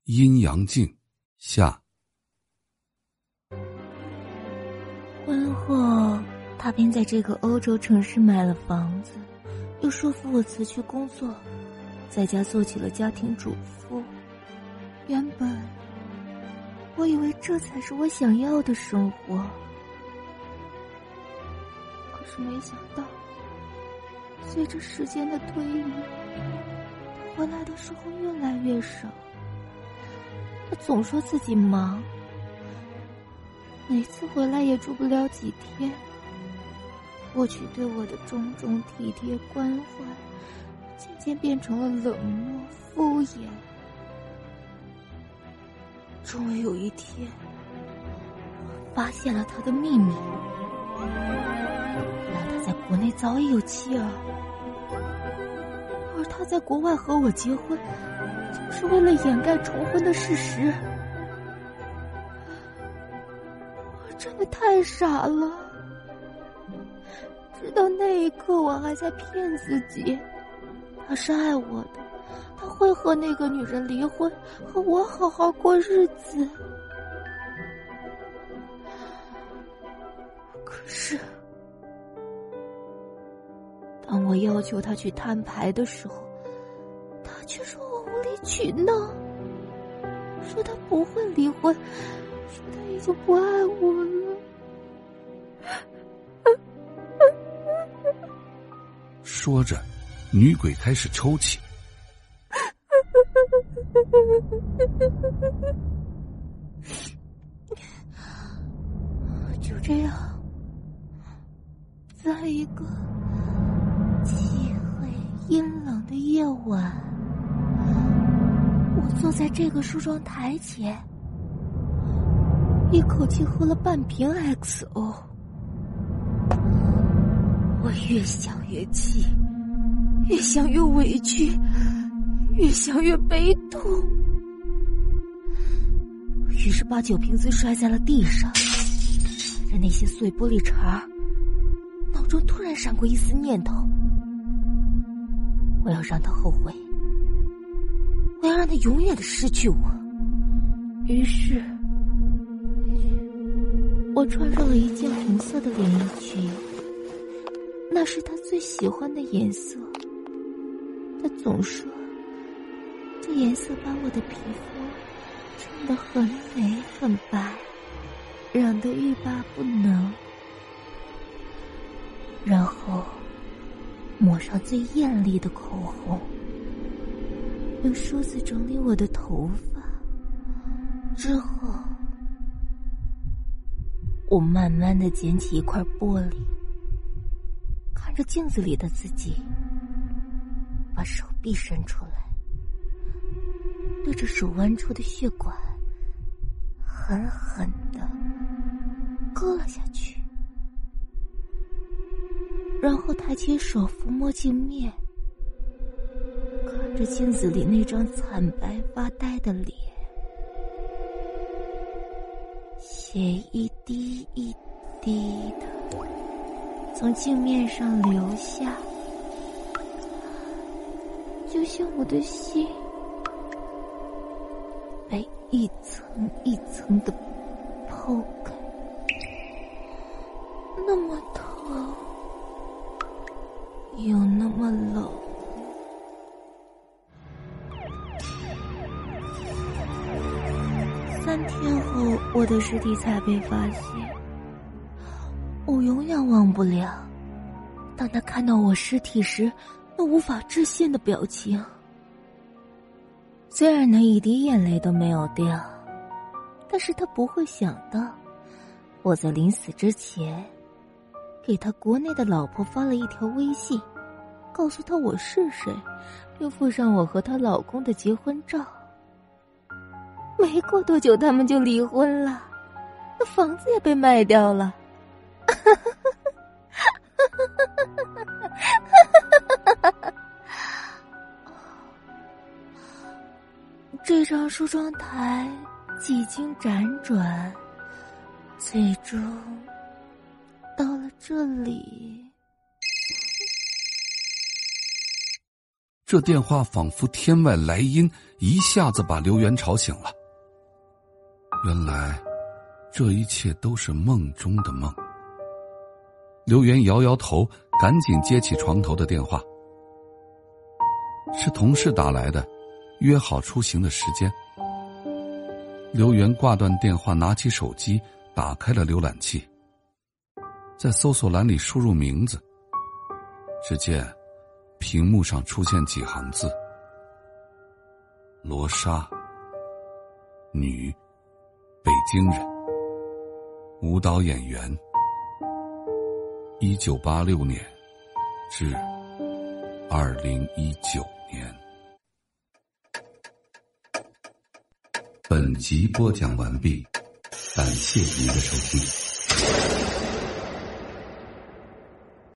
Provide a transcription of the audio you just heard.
阴阳镜下。 婚后，他便在这个欧洲城市买了房子，又说服我辞去工作，在家做起了家庭主妇。原本我以为这才是我想要的生活，可是没想到随着时间的推移，他回来的时候越来越少。他总说自己忙，每次回来也住不了几天。过去对我的种种体贴关怀，渐渐变成了冷漠敷衍。终于有一天，我发现了他的秘密。原来他在国内早已有妻儿，而他在国外和我结婚，就是为了掩盖重婚的事实。我真的太傻了，直到那一刻我还在骗自己，他是爱我的，他会和那个女人离婚，和我好好过日子。可是当我要求他去摊牌的时候，他却说我无理取闹，说他不会离婚，说他已经不爱我了。 说着，女鬼开始抽泣。 就这样，在一个漆黑阴冷的夜晚，我坐在这个梳妆台前，一口气喝了半瓶 XO。我越想越气，越想越委屈，越想越悲痛。于是把酒瓶子摔在了地上，踩着那些碎玻璃碴，脑中突然闪过一丝念头：我要让他后悔，我要让他永远的失去我。于是我穿上了一件红色的连衣裙，那是他最喜欢的颜色。他总说这颜色把我的皮肤衬得很美很白，让他欲罢不能。然后抹上最艳丽的口红，用梳子整理我的头发。之后我慢慢地捡起一块玻璃，看着镜子里的自己，把手臂伸出来，对着手腕处的血管狠狠地割了下去，然后抬起手抚摸镜面，看着镜子里那张惨白发呆的脸，血一滴一滴的从镜面上流下，就像我的心被一层一层的剖开，那么疼，又那么冷。3天后，我的尸体才被发现。我永远忘不了当他看到我尸体时那无法置信的表情。虽然他一滴眼泪都没有掉，但是他不会想到我在临死之前给他国内的老婆发了一条微信，告诉他我是谁，并附上我和她老公的结婚照。没过多久他们就离婚了，那房子也被卖掉了。这张梳妆台几经辗转，最终到了这里。 这电话仿佛天外来音，一下子把刘元吵醒了。原来这一切都是梦中的梦。刘元摇摇头，赶紧接起床头的电话。是同事打来的，约好出行的时间。刘元挂断电话，拿起手机，打开了浏览器，在搜索栏里输入名字。只见屏幕上出现几行字：罗莎，女，北京人，舞蹈演员，1986年至2019年。本集播讲完毕，感谢您的收听。